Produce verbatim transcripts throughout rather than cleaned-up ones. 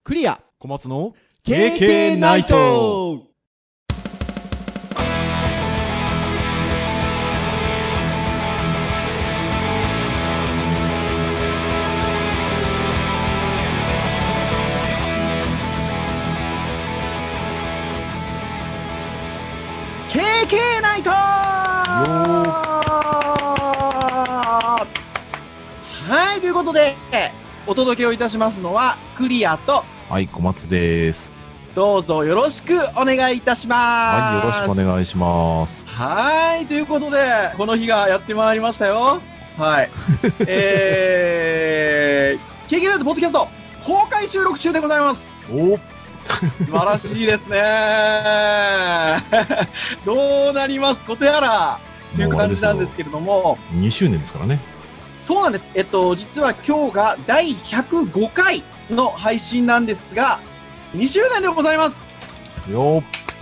クリア小松の ケーケー ナイト。 ケーケー ナイトはい、ということでお届けをいたしますのはクリアと、 はい、小松です。 どうぞよろしくお願いいたします。 はい、よろしくお願いします。 はい、ということでこの日がやってまいりましたよ。はいえー、ケーケー ナイトポッドキャスト公開収録中でございます。 お素晴らしいですねどうなりますことやらという感じなんですけれども、 にしゅうねんですからね。 そうなんです。えっと、実は今日がだいひゃくごかいの配信なんですが、にしゅうねんでございます。 よ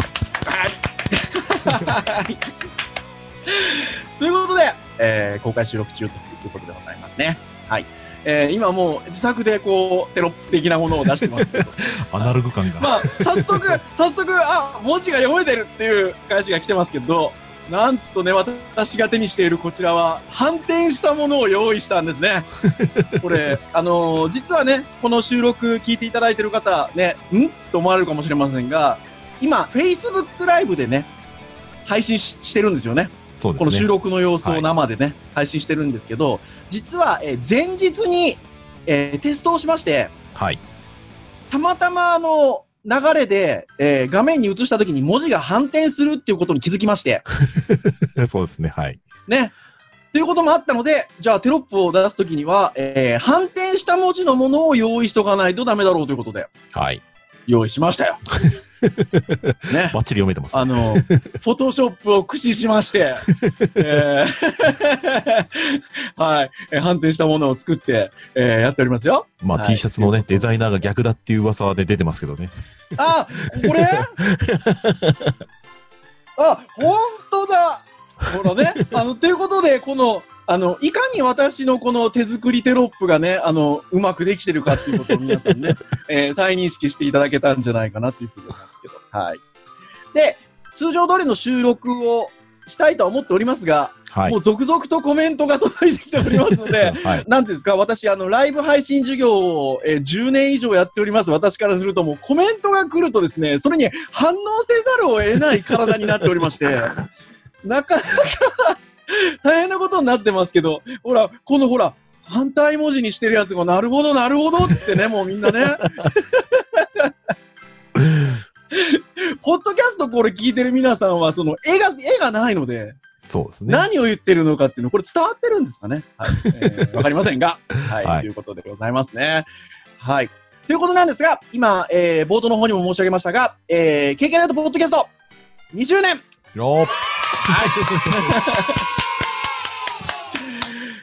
はいということで、えー、公開収録中ということでございますね。はい。えー、今もう自作でこうテロップ的なものを出してますけどアナログ感が。 まあ、早速、早速、あ、文字が読めてるっていう返しが来てますけど、なんとね、私が手にしているこちらは、反転したものを用意したんですね。これ、あのー、実はね、この収録聞いていただいている方、ね、んと思われるかもしれませんが、今、Facebook ライブでね、配信 し, してるんですよね。 そうですね。 この収録の様子を生でね、はい、配信してるんですけど、実は、えー、前日に、えー、テストをしまして、 はい。 たまたまあの流れで、えー、画面に映したときに文字が反転するっていうことに気づきまして。 そうですね、はい。 ね。ということもあったので、じゃあテロップを出すときには、えー、反転した文字のものを用意しとかないとダメだろうということで。はい。用意しましたよ。 ね。バッチリ読めてます、ね。 あの、フォトショップを駆使しまして、えー、はい、えー、反転したものを作って、えー、やっておりますよ。 まあ、はい、T シャツのね、デザイナーが逆だっていう噂で出てますけどね。 あ、これあ、ほんとだほらね。あの、ということで、この、あの、いかに私のこの手作りテロップがね、あの、うまくできてるかっていうことを皆さんね、えー、再認識していただけたんじゃないかなっていうふうに思うんですけど。はい。で、通常通りの収録をしたいとは思っておりますが、はい、もう続々とコメントが届いてきておりますので、はい、なんていうんですか、私、あの、ライブ配信授業を、えー、じゅうねん以上やっております。私からするともうコメントが来るとですね、それに反応せざるを得ない体になっておりまして、なかなか大変なことになってますけど、ほら、このほら、反対文字にしてるやつがなるほど、なるほどってね、もうみんなね。ポッドキャストこれ聞いてる皆さんは、その絵が、絵がないので、 そうですね。 何を言ってるのかっていうの、これ伝わってるんですかね。はい。えー、わかりませんが、はい、はい。ということでございますね。はい。ということなんですが、今、えー、冒頭の方にも申し上げましたが、えー、ケーケー ナイトポッドキャスト、にしゅうねんよーはい。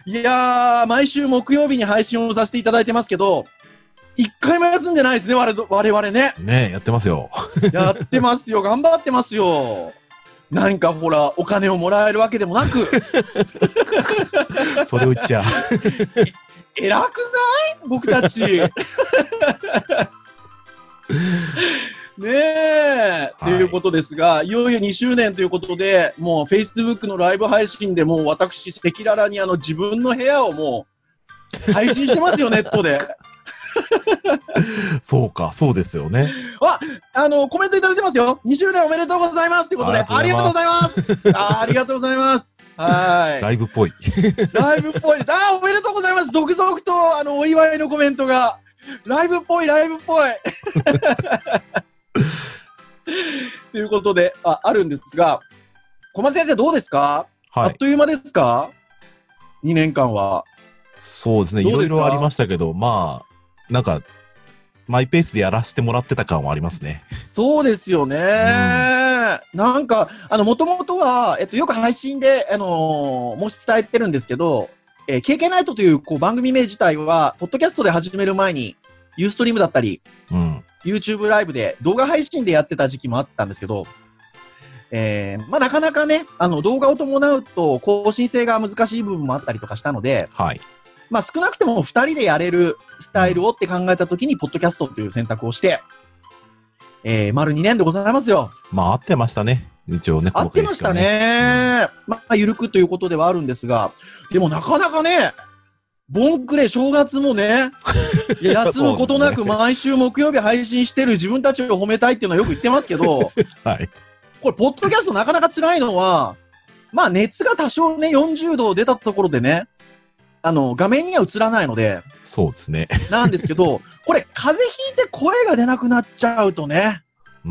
いやー、毎週木曜日に配信をさせていただいてますけど、一回も休んでないですね、我々ね。 ねえ、やってますよ。 やってますよ、頑張ってますよ。何かほら、お金をもらえるわけでもなく。 それを言っちゃ。 え、偉くない僕たち。ねえ、と、はい、いうことですが、いよいよにしゅうねんということで、もう Facebook のライブ配信でもう私、赤裸々にあの自分の部屋をもう配信してますよ、ネットで。 そうか、そうですよね。 あ、あの、コメントいただいてますよ。にしゅうねんおめでとうございますということで、ありがとうございます。あ、ありがとうございます。はい。 ライブっぽい。 ライブっぽいです。あ、おめでとうございます。続々と、あの、お祝いのコメントが。ライブっぽい、ライブっぽい。ということで、あ、あるんですが、小松先生どうですか、はい、あっという間ですか ?に 年間は。 そうですね。いろいろありましたけど、まあ、なんか、マイペースでやらせてもらってた感はありますね。 そうですよね。うん、なんか、あの、もともとは、えっと、よく配信で、あのー、申し伝えてるんですけど、えー、ケーケー ナイトという、こう、番組名自体は、ポッドキャストで始める前に、ユーストリームだったり、うん、YouTube ライブで動画配信でやってた時期もあったんですけど、えー、まあ、なかなかね、あの、動画を伴うと更新性が難しい部分もあったりとかしたので、はい。 まあ少なくても二人でやれるスタイルをって考えたときに、ポッドキャストという選択をして、えー、丸にねんでございますよ。 まあ合ってましたね。一応ね。 合ってましたね。うん、まあ緩くということではあるんですが、でもなかなかね、ボンクレ正月もね、休むことなく毎週木曜日配信してる自分たちを褒めたいっていうのはよく言ってますけど、 はい。 これ、ポッドキャストなかなか辛いのは、まあ熱が多少ね、よんじゅうど出たところでね、あの、画面には映らないので、 そうですね。 なんですけど、これ、風邪ひいて声が出なくなっちゃうとね、 うん。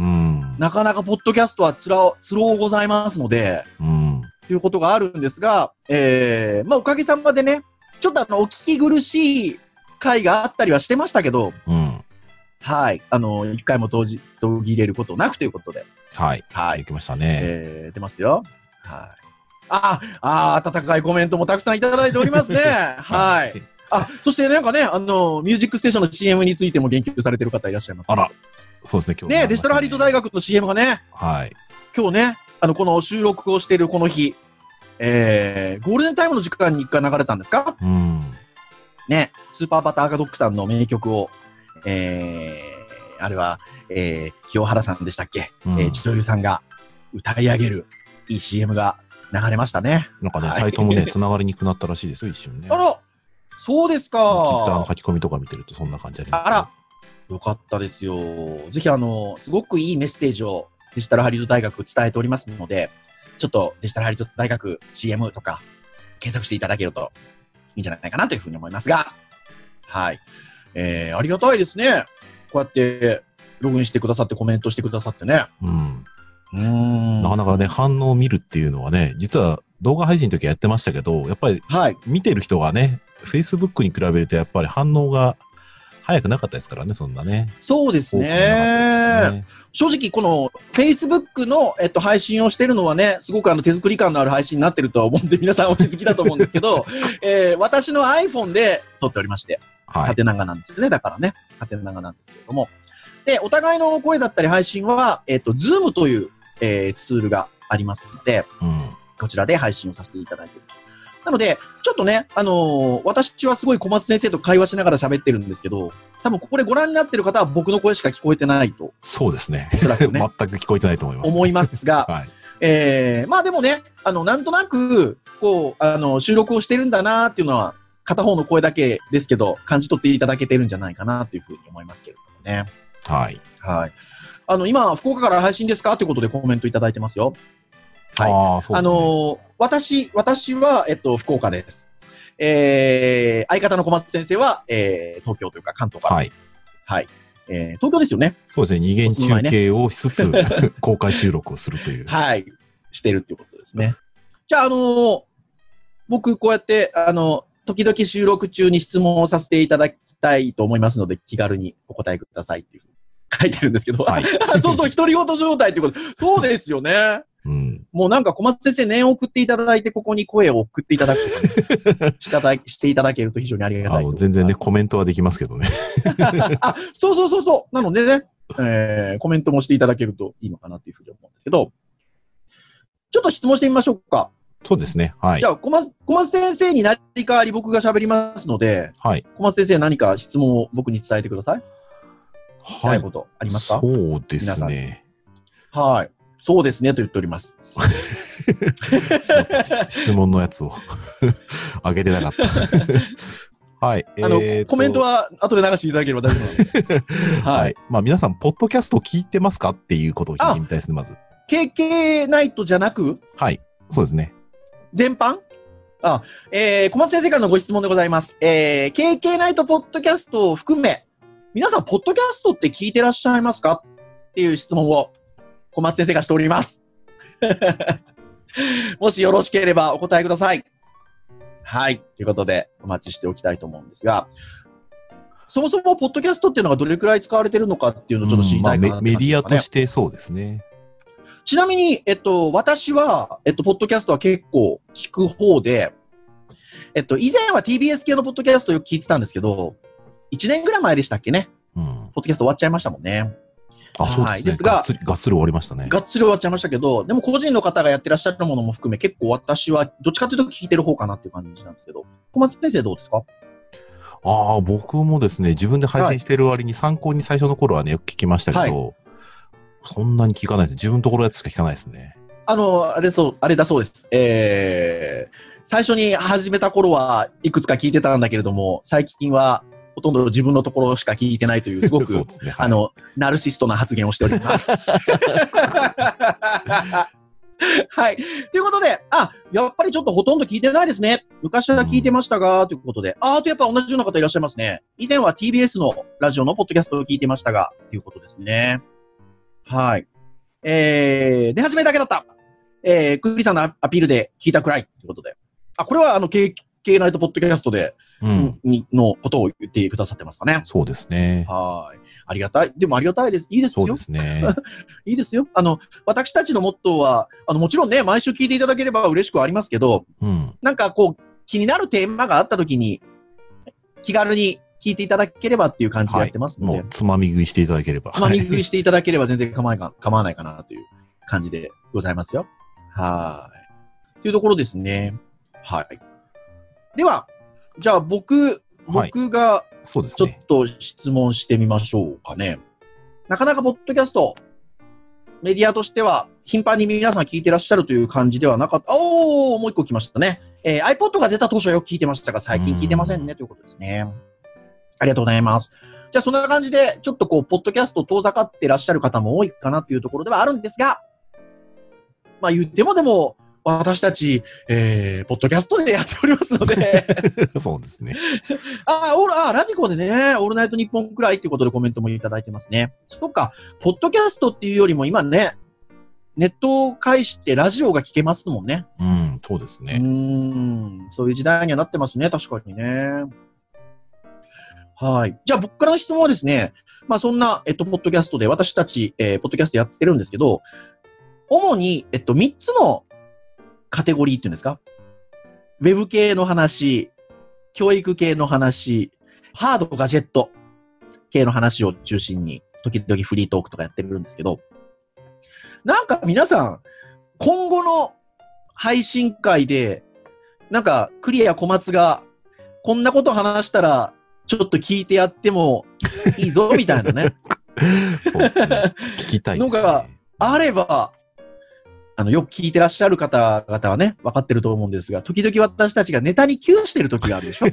なかなかポッドキャストはつら、つろうございますので、 うん。 ということがあるんですが、えー、まあおかげさまでね、ちょっとあの、お聞き苦しい回があったりはしてましたけど、 うん。 はい。あの、一回も途切れることなくということで。 はい。 はい。 できましたね。 えー、出ますよ。はい。ああ、温かいコメントもたくさんいただいておりますね。はい。あ、そしてなんかね、あの、ミュージックステーションの シーエム についても言及されてる方いらっしゃいます。 あら。そうですね、今日ね。 ね、デジタルハリウッド大学の シーエム がね、 はい。 今日ね、あの、この収録をしているこの日、えー、ゴールデンタイムの時間に一回流れたんですか？ うん。 ね、スーパーバターガドックさんの名曲を、えー、あれは、えー、清原さんでしたっけ、うん、えー、女優さんが歌い上げるいい シーエム が流れましたね。 なんかね、はい、サイトもね、繋がりにくくなったらしいですよ、一瞬ね。 あら、そうですか。 ツイッターの書き込みとか見てるとそんな感じあります、ね。 あら、よかったですよ。ぜひあの、すごくいいメッセージをデジタルハリウッド大学伝えておりますので、ちょっとデジタルハリウッド大学 シーエム とか検索していただけるといいんじゃないかなというふうに思いますが、はい。えー、ありがたいですね。こうやってログインしてくださってコメントしてくださってね。 うん。 うーん。 なかなかね、反応を見るっていうのはね、実は動画配信の時はやってましたけど、やっぱり見てる人がね、Facebook に比べるとやっぱり反応が早くなかったですからね、そんなね。 そうですね。ね、正直、この Facebook の、えっと、配信をしてるのはね、すごくあの手作り感のある配信になってるとは思うんで、皆さんお気づきだと思うんですけど、えー、私の iPhone で撮っておりまして、はい、縦長なんですよね。だからね、縦長なんですけれども。で、お互いの声だったり配信は、えっと、Zoom という、えー、ツールがありますので、うん、こちらで配信をさせていただいています。なので、ちょっとね、あのー、私はすごい小松先生と会話しながら喋ってるんですけど、多分これご覧になってる方は僕の声しか聞こえてないと。 そうですね。 おそらくね。 全く聞こえてないと思います、ね。 思いますが、 はい、 えー、まあでもね、あの、なんとなく、こう、あの、収録をしてるんだなっていうのは、片方の声だけですけど、感じ取っていただけてるんじゃないかなというふうに思いますけれどもね。 はい。 はい。あの、今、福岡から配信ですかということでコメントいただいてますよ。はい。あ, あ, そうですね、あのー、私、私は、えっと、福岡です。えー、相方の小松先生は、えー、東京というか関東から。はい。はい。えー、東京ですよね。 そうですね。二元中継をしつつ、ね、公開収録をするという。 はい。してるっていうことですね。じゃあ、あのー、僕、こうやって、あの、時々収録中に質問をさせていただきたいと思いますので、気軽にお答えくださいっていう書いてるんですけど。はい。そうそう、独り言状態ってこと。そうですよね。うん、もうなんか小松先生念を送っていただいて、ここに声を送っていただくとかね、しただしていただけると非常にありがたいと。 全然ね、コメントはできますけどね。 あ、そうそうそうそう。なのでね、えー、コメントもしていただけるといいのかなというふうに思うんですけど、ちょっと質問してみましょうか。 そうですね。はい。 じゃあ、小松、小松先生になり代わり僕が喋りますので、はい。小松先生何か質問を僕に伝えてください。はい。聞きたいことありますか？ そうですね。 はい。そうですねと言っております。 質問のやつをあげてなかった。はい。 あの、えー、コメントは後で流していただければ大丈夫なので。 はい。はい。まあ皆さん、ポッドキャスト聞いてますかっていうことを聞いてみたいですね、まず。ケーケー ナイトじゃなく？はい。そうですね。 全般？あ、えー、小松先生からのご質問でございます。えー、ケーケー ナイトポッドキャストを含め、皆さん、ポッドキャストって聞いてらっしゃいますかっていう質問を小松先生がしております。もしよろしければお答えください。はい。ということで、お待ちしておきたいと思うんですが、そもそもポッドキャストっていうのがどれくらい使われてるのかっていうのをちょっと知りたいかな、ね、うんまあ、 メディアとしてそうですね。 ちなみに、えっと、私は、えっと、ポッドキャストは結構聞く方で、えっと、以前は ティービーエス 系のポッドキャストをよく聞いてたんですけど、いちねんぐらい前でしたっけね。うん。ポッドキャスト終わっちゃいましたもんね。 あ、そうですね。はい、ですが、がっつり、がっつり終わりましたね。 がっつり終わっちゃいましたけど、でも個人の方がやってらっしゃるものも含め、結構私は、どっちかというと聞いてる方かなっていう感じなんですけど、小松先生どうですか？ ああ、僕もですね、自分で配信してる割に参考に最初の頃はね、よく聞きましたけど、はい、そんなに聞かないです。自分のところやつしか聞かないですね。 あの、あれそう、あれだそうです。えー、最初に始めた頃はいくつか聞いてたんだけれども、最近はほとんど自分のところしか聞いてないという、すごく、そうですね、はい、あの、ナルシストな発言をしております。はい。ということで、あ、やっぱりちょっとほとんど聞いてないですね。昔は聞いてましたが、うん、ということで。あ、あとやっぱ同じような方いらっしゃいますね。以前は ティービーエス のラジオのポッドキャストを聞いてましたが、ということですね。はい。えー、出始めだけだった。えー、クリさんのアピールで聞いたくらい。ということで。あ、これはあの、K、K ナイトポッドキャストで、うん、にのことを言ってくださってますかね。 そうですね。 はい。ありがたい。でもありがたいです。いいですよ。 そうですね。 いいですよ。あの、私たちのモットーは、あの、もちろんね、毎週聞いていただければ嬉しくはありますけど、うん、なんかこう、気になるテーマがあったときに、気軽に聞いていただければっていう感じでやってますので。はい、 もう、つまみ食いしていただければ。 つまみ食いしていただければ全然構わないか、構わないかなという感じでございますよ。はい。というところですね。はい。では、じゃあ僕、僕が、ちょっと質問してみましょうかね。なかなかポッドキャスト、メディアとしては頻繁に皆さん聞いてらっしゃるという感じではなかった。おー、もう一個来ましたね。えー、iPod が出た当初はよく聞いてましたが、最近聞いてませんねということですね。ありがとうございます。じゃあそんな感じで、ちょっとこう、ポッドキャスト遠ざかってらっしゃる方も多いかなというところではあるんですが、まあ言ってもでも、私たち、えー、ポッドキャストでやっておりますので。 そうですね。 あオール、あ、ラジコでね、オールナイトニッポンくらいっていうことでコメントもいただいてますね。そっか、ポッドキャストっていうよりも今ね、ネットを介してラジオが聞けますもんね。 うん、そうですね。 うーん、そういう時代にはなってますね、確かにね。はい。じゃあ僕からの質問はですね、まあそんな、えっと、ポッドキャストで私たち、えー、ポッドキャストやってるんですけど、主に、えっと、みっつのカテゴリーっていうんですか？ウェブ系の話、教育系の話、ハードガジェット系の話を中心に、時々フリートークとかやってるんですけど、なんか皆さん、今後の配信会で、なんかクリア小松が、こんなこと話したら、ちょっと聞いてやってもいいぞ、みたいなね。 そうですね。聞きたいですね。 のがあれば、あの、よく聞いてらっしゃる方々はね、分かってると思うんですが、時々私たちがネタに窮してる時があるでしょ。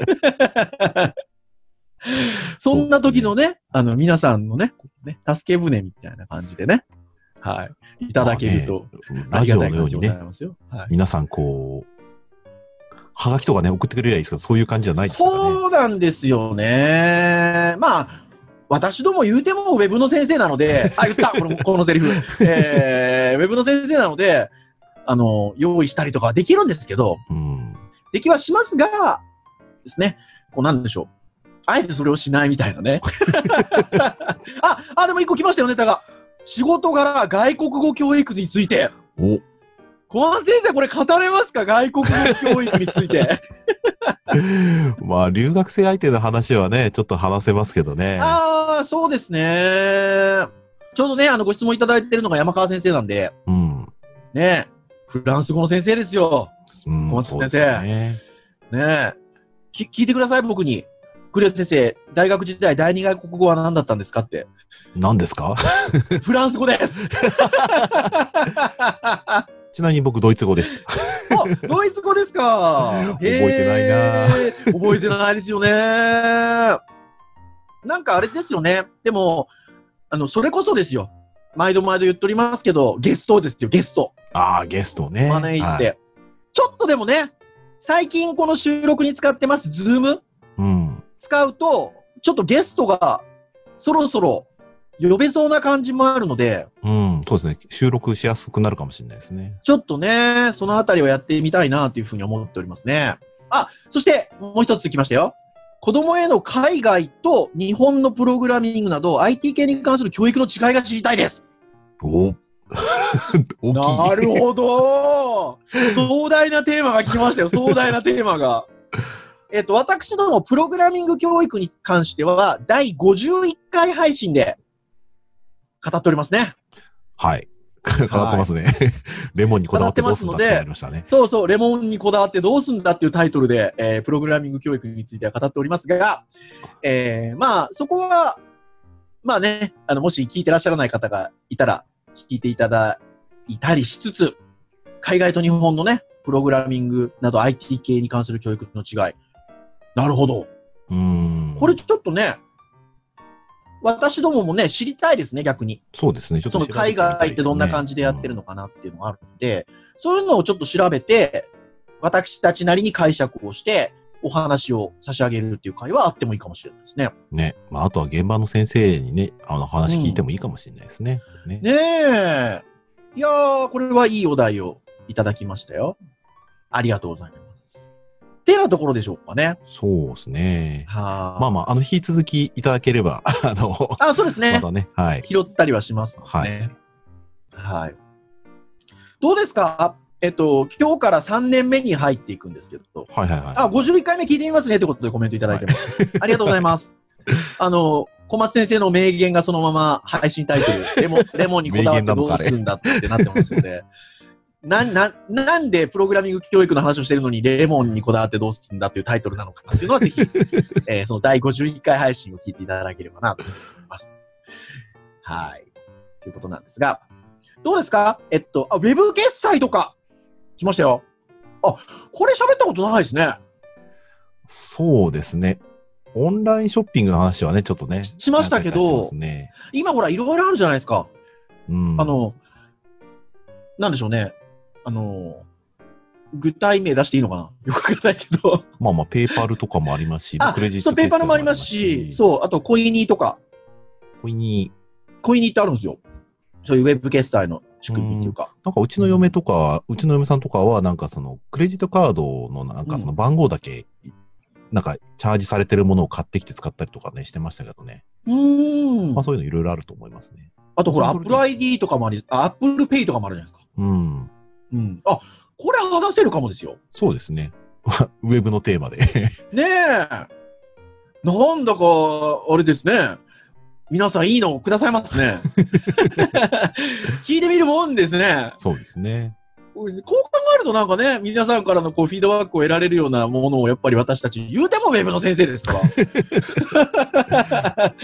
そんな時のね、あの、皆さんのね、ね、助け舟みたいな感じでね、はい、いただけると、ありがたい感じでございますよ。はい、 皆さんこう、はがきとかね、送ってくれればいいですけど、そういう感じじゃないですかね。 そうなんですよね。まあ、私ども言うてもウェブの先生なので、あ、言ったこの、このセリフ。えー、ウェブの先生なので、あの、用意したりとかはできるんですけど、うん、できはしますが、ですね、こうなんでしょう。あえてそれをしないみたいなね。あ、あ、でも一個来ましたよ、ネタが。仕事柄外国語教育について。お小松先生、これ語れますか？外国語教育について。 まあ、留学生相手の話はね、ちょっと話せますけどね。 ああ、そうですね。ちょうどね、あの、ご質問いただいてるのが山川先生なんで。うん。ねフランス語の先生ですよ。うん、小松先生。ねねき聞いてください、僕に。クリア先生、大学時代第二外国語は何だったんですかって。 何ですか？ フランス語です。 ちなみに僕、ドイツ語でした。 あ、ドイツ語ですか。 覚えてないな。 覚えてないですよね。なんかあれですよね。でも、あの、それこそですよ。毎度毎度言っておりますけど、ゲストですよ、ゲスト。 ああ、ゲストね。 招いて、はい。ちょっとでもね、最近この収録に使ってます、ズーム。うん。使うと、ちょっとゲストがそろそろ呼べそうな感じもあるので。 うん、そうですね。収録しやすくなるかもしれないですね。 ちょっとね、そのあたりをやってみたいなというふうに思っておりますね。あ、そしてもう一つ来ましたよ。子供への海外と日本のプログラミングなど アイティー 系に関する教育の違いが知りたいです。 おなるほど。壮大なテーマが来ましたよ。壮大なテーマが。えっと、私どもプログラミング教育に関しては、だいごじゅういっかい配信で語っておりますね。 はい。 変わってますね。レモンにこだわってどうすんだってなりましたね。 そうそう、レモンにこだわってどうすんだっていうタイトルで、えー、プログラミング教育については語っておりますが、えー、まあ、そこは、まあね、あの、もし聞いてらっしゃらない方がいたら、聞いていただいたりしつつ、海外と日本のね、プログラミングなど アイティー 系に関する教育の違い。なるほど。 うーん。 これちょっとね、私どももね、知りたいですね、逆に。 そうですね。ちょっとその海外ってどんな感じでやってるのかなっていうのがあるので、うん、そういうのをちょっと調べて、私たちなりに解釈をして、お話を差し上げるっていう会はあってもいいかもしれないですね。 ね。まあ、あとは現場の先生にね、あの話聞いてもいいかもしれないですね。 うん、ね, ねえ。いやー、これはいいお題をいただきましたよ。ありがとうございます。ってなところでしょうかね。 そうですね。 はまあまあ、あの、引き続きいただければ、あの、 あ、そうですね。 またね、はい。 拾ったりはしますのでね。はい。はい。どうですか？えっと、今日からさんねんめに入っていくんですけど。 はいはいはい。 あ、ごじゅういっかいめ聞いてみますねということでコメントいただいてます。はい、ありがとうございます。あの、小松先生の名言がそのまま配信タイトル、レモン、レモンにこだわってどうするんだってなってますので。な、な、なんでプログラミング教育の話をしてるのにレモンにこだわってどうするんだっていうタイトルなのかなっていうのはぜひ、えー、そのだいごじゅういっかい配信を聞いていただければなと思います。はい。ということなんですが、どうですか？えっと、あ、ウェブ決済とか来ましたよ。あ、これ喋ったことないですね。 そうですね。オンラインショッピングの話はね、ちょっとね。 しましたけど、ね、今ほらいろいろあるじゃないですか。 うん。 あの、なんでしょうね。あの、具体名出していいのかなよくわからないけど。 まあまあ、ペーパルとかもありますし、 あ、 クレジットそう、ペーパルもありますし、そう、あとコイニーとか。 コイニー。コイニーってあるんですよ。そういうウェブ決済の仕組みっていうか。 うんなんかうちの嫁とか、うん、うちの嫁さんとかは、なんかその、クレジットカードのなんかその番号だけ、うん、なんかチャージされてるものを買ってきて使ったりとかね、してましたけどね。 うーん。 まあそういうのいろいろあると思いますね。 あとほら、Apple アイディー とかもあり、あ、Apple Pay とかもあるじゃないですか。 うん。 うん。あ、これ話せるかもですよ。 そうですね。ウェブのテーマで。 ねえ。なんだか、あれですね。皆さんいいのくださいますね。聞いてみるもんですね。 そうですね。 こう考えるとなんかね、皆さんからのこうフィードバックを得られるようなものをやっぱり私たち、言うてもウェブの先生ですから。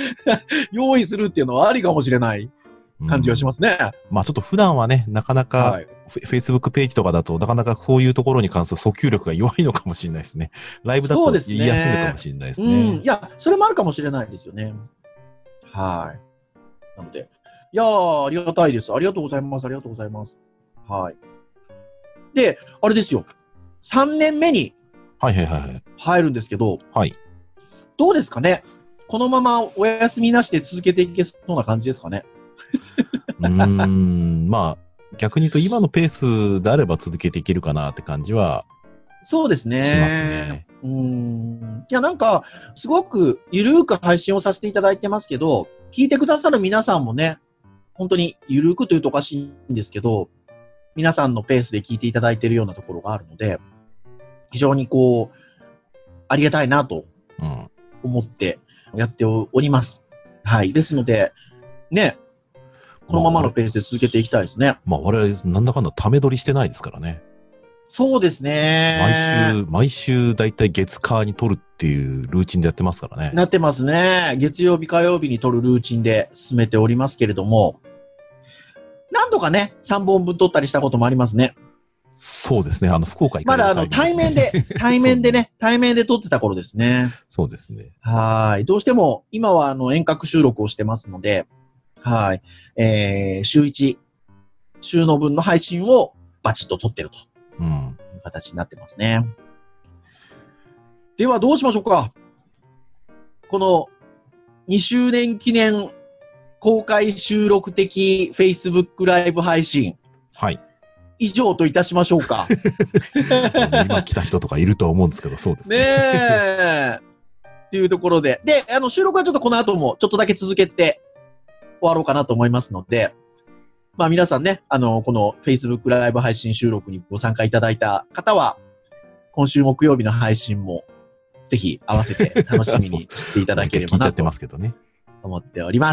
用意するっていうのはありかもしれない感じがしますね。 うん、まあちょっと普段はね、なかなか、はい、Facebook ページとかだとなかなかそういうところに関する訴求力が弱いのかもしれないですね。ライブだと言いやすいのかもしれないですね。 うん。いや、それもあるかもしれないですよね。はい。なので、いやー、ありがたいです。ありがとうございます。ありがとうございます。はい。で、あれですよ。さんねんめに入るんですけど、 はい。 どうですかね？このままお休みなしで続けていけそうな感じですかね？ うーん、まあ、逆に言うと今のペースであれば続けていけるかなって感じは、 そうですね。 しますね。 うーん。いや、なんか、すごくゆるーく配信をさせていただいてますけど、聞いてくださる皆さんもね、本当にゆるーくというとおかしいんですけど、皆さんのペースで聞いていただいているようなところがあるので、非常にこう、ありがたいなと思ってやっております。はい。ですので、ね、このままのペースで続けていきたいですね。 まあ、我々、なんだかんだため撮りしてないですからね。 そうですね。 毎週、毎週、だいたい月火に撮るっていうルーチンでやってますからね。 なってますね。月曜日、火曜日に撮るルーチンで進めておりますけれども、何度かね、さんぼんぶん撮ったりしたこともありますね。 そうですね。あの、福岡行かまだあの、対面で、対面でね、対面で撮ってた頃ですね。 そうですね。 はい。どうしても、今はあの、遠隔収録をしてますので、はい。えー、週いち、週の分の配信をバチッと撮ってると。 うん。 いう形になってますね。では、どうしましょうか。この、にしゅうねん記念公開収録的 Facebook ライブ配信。 はい。 以上といたしましょうか。 今来た人とかいると思うんですけど、そうですね。 ねえ。っていうところで。で、あの、収録はちょっとこの後もちょっとだけ続けて終わろうかなと思いますので、まあ皆さんね、あの、この Facebook ライブ配信収録にご参加いただいた方は、今週木曜日の配信もぜひ合わせて楽しみにしていただければなと思っております。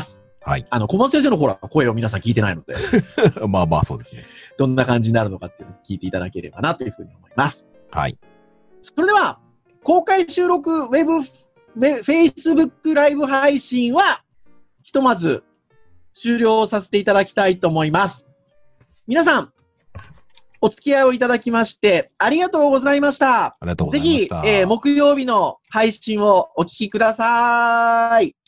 はい。 あの、小松先生のほら、声を皆さん聞いてないので。 まあまあ、そうですね。 どんな感じになるのかっていうのを聞いていただければなというふうに思います。 はい。 それでは、公開収録ウェブ、Facebook ライブ配信は、ひとまず終了させていただきたいと思います。皆さん、お付き合いをいただきまして、ありがとうございました。 ありがとうございました。 ぜひ、えー、木曜日の配信をお聞きください。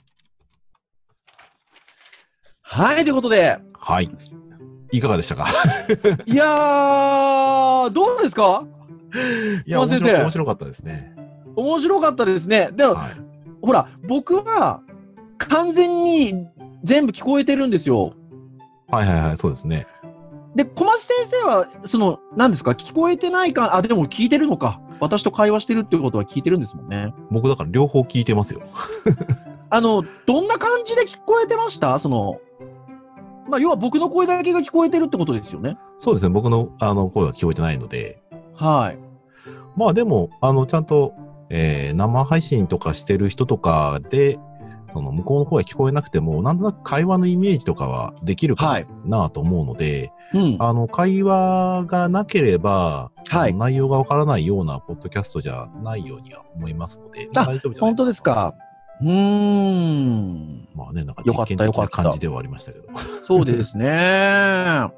はい、ということで。 はい。いかがでしたか？ いやー、どうですか？ いや、面白、面白かったですね。 面白かったですね。でも、はい、ほら、僕は完全に全部聞こえてるんですよ。 はいはいはい、そうですね。 で、小松先生は、その、何ですか、聞こえてないか、あ、でも聞いてるのか。私と会話してるっていうことは聞いてるんですもんね。 僕だから両方聞いてますよ。 あの、どんな感じで聞こえてました？その、まあ、要は僕の声だけが聞こえてるってことですよね。 そうですね。僕のあの声は聞こえてないので。 はい。 まあでも、あの、ちゃんと、えー、生配信とかしてる人とかで、その向こうの声聞こえなくても、なんとなく会話のイメージとかはできるかなと思うので、はい、うん、あの、会話がなければ、はい、内容がわからないようなポッドキャストじゃないようには思いますので、 あ、大丈夫じゃないですか。本当ですか。うーん。 まあね、なんか実験的な感じではありましたけど。 そうですね。はい。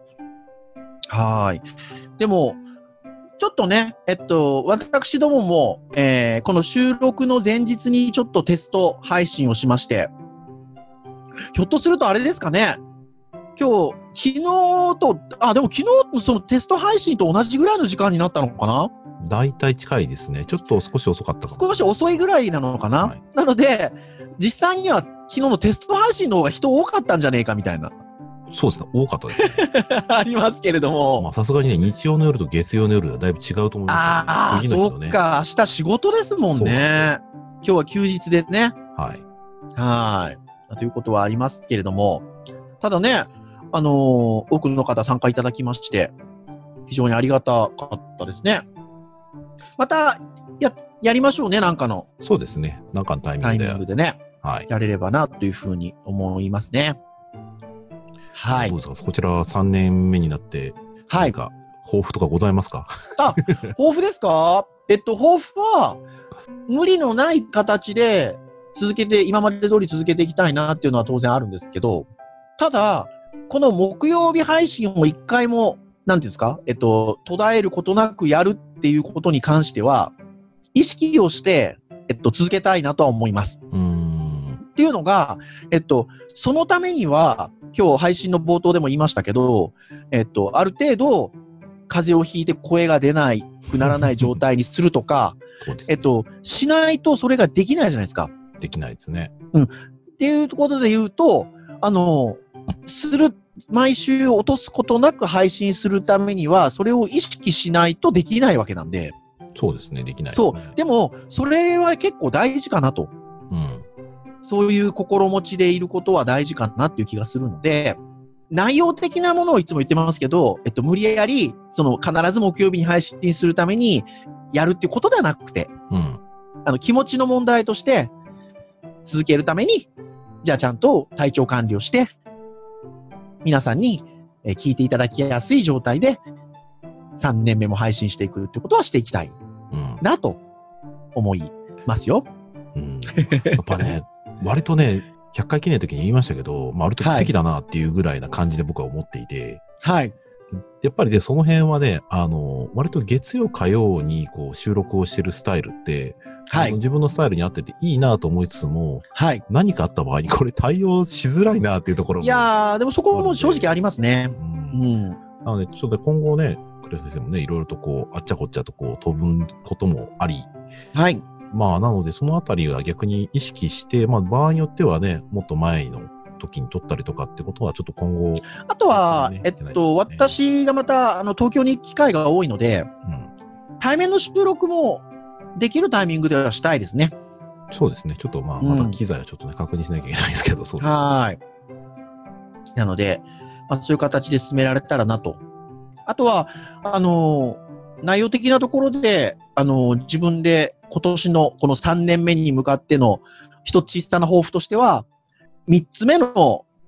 でも、ちょっとね、えっと、私どもも、えー、この収録の前日にちょっとテスト配信をしまして、ひょっとするとあれですかね、今日、昨日と、あ、でも昨日のそのテスト配信と同じぐらいの時間になったのかな？ 大体近いですね。ちょっと少し遅かったかも。少し遅いぐらいなのかな、はい、なので、実際には昨日のテスト配信の方が人多かったんじゃねえかみたいな。 そうですね、多かったですね。 ありますけれども。 まあさすがにね、日曜の夜と月曜の夜ではだいぶ違うと思います、ね。 ああ、ね、そっか、明日仕事ですもんね。今日は休日でね。 はい。 はい。ということはありますけれども、ただね、あのー、多くの方参加いただきまして、非常にありがたかったですね。また、や、やりましょうね、なんかの。 そうですね。なんかのタイミングで。 タイミングでね。はい。やれればな、というふうに思いますね。はい。 どうですか？こちらさんねんめになって、はい。何か、抱負とかございますか？ あ、抱負ですか？えっと、抱負は、無理のない形で続けて、今まで通り続けていきたいなっていうのは当然あるんですけど、ただ、この木曜日配信を一回も、なんていうんですか？えっと、途絶えることなくやるっていうことに関しては、意識をして、えっと、続けたいなとは思います。 うーん。 っていうのが、えっと、そのためには、今日配信の冒頭でも言いましたけど、えっと、ある程度、風邪をひいて声が出ないくならない状態にするとか、ね、えっと、しないとそれができないじゃないですか。 できないですね。 うん。っていうことで言うと、あの、する、毎週落とすことなく配信するためには、それを意識しないとできないわけなんで。 そうですね、できないですね。 そう。でも、それは結構大事かなと。 うん。 そういう心持ちでいることは大事かなっていう気がするので、内容的なものをいつも言ってますけど、えっと、無理やり、その、必ず木曜日に配信するために、やるっていうことではなくて、 うん。 あの、気持ちの問題として、続けるために、じゃあちゃんと体調管理をして、皆さんに聞いていただきやすい状態で、さんねんめも配信していくってことはしていきたいなと思いますよ。 うん。やっぱね、割とね、ひゃっかい記念の時に言いましたけど、まあ、ある時奇跡だなっていうぐらいな感じで僕は思っていて、 はい。 やっぱりね、その辺はね、あの、割と月曜火曜にこう収録をしてるスタイルって、はい、自分のスタイルに合ってていいなと思いつつも、はい、何かあった場合にこれ対応しづらいなっていうところも。 いやー、でもそこも正直ありますね。うん。うん、 なので、ちょっと今後ね、栗原先生もね、いろいろとこう、あっちゃこっちゃとこう、飛ぶこともあり、 はい。 まあ、なので、そのあたりは逆に意識して、まあ、場合によってはね、もっと前の時に撮ったりとかってことは、ちょっと今後、ね。 あとは、えっと、私がまた、あの、東京に行く機会が多いので、うん、対面の収録もできるタイミングではしたいですね。 そうですね。ちょっとまあ、まだ機材はちょっとね、うん、確認しなきゃいけないですけど、そうですね。 はい。なので、まあ、そういう形で進められたらなと。あとは、あの、内容的なところで、あの、自分で今年のこのさんねんめに向かっての一つ小さな抱負としては、三つ目の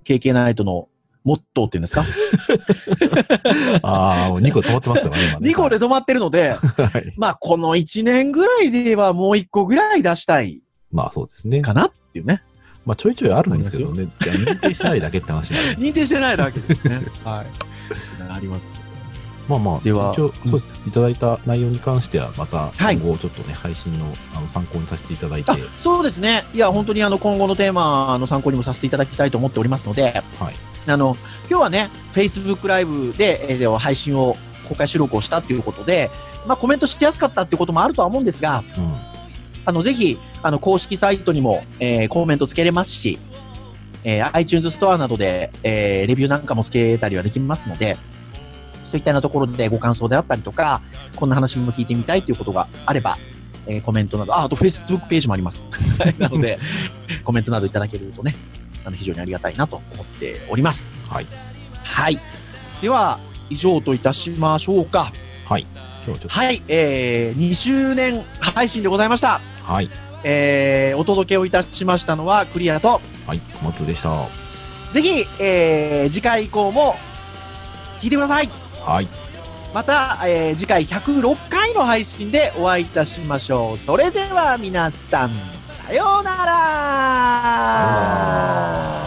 ケーケー ナイトのモットーっていうんですかああ、もうにこで止まってますよね、今ね。 にこで止まってるので、 はい。 まあ、このいちねんぐらいではもういっこぐらい出したいまあそうですね。 かなっていうね。 まあちょいちょいあるんですけどね。いや認定してないだけって話なんで。 認定してないだけですね。はい。あります。 まあまあ、 では一応、そうです。いただいた内容に関しては、またはい今後ちょっとね、配信のあの参考にさせていただいて、 あ、そうですね。いや、本当にあの、今後のテーマの参考にもさせていただきたいと思っておりますので、 はい。 あの、今日はね、Facebook ライブで、えー配信を、公開収録をしたっていうことで、まあ、コメントしやすかったっていうこともあるとは思うんですが、 うん。 あの、ぜひ、あの、公式サイトにも、えーコメントつけれますし、えー iTunes ストアなどで、えーレビューなんかもつけたりはできますので、そういったようなところでご感想であったりとか、こんな話も聞いてみたいということがあれば、えーコメントなど、あ、あと Facebook ページもあります。なので、コメントなどいただけるとね、あの非常にありがたいなと思っております。 はい。 はい。では、以上といたしましょうか。 はい。今日はちょっと、 はい。えー、にしゅうねん配信でございました。 はい。 えー、お届けをいたしましたのはクリアと、 はい。小松でした。はぜひ、えー、次回以降も聞いてください。 い。 また、えー、次回ひゃくろっかいの配信でお会いいたしましょう。それでは皆さん、さようなら。 さようなら。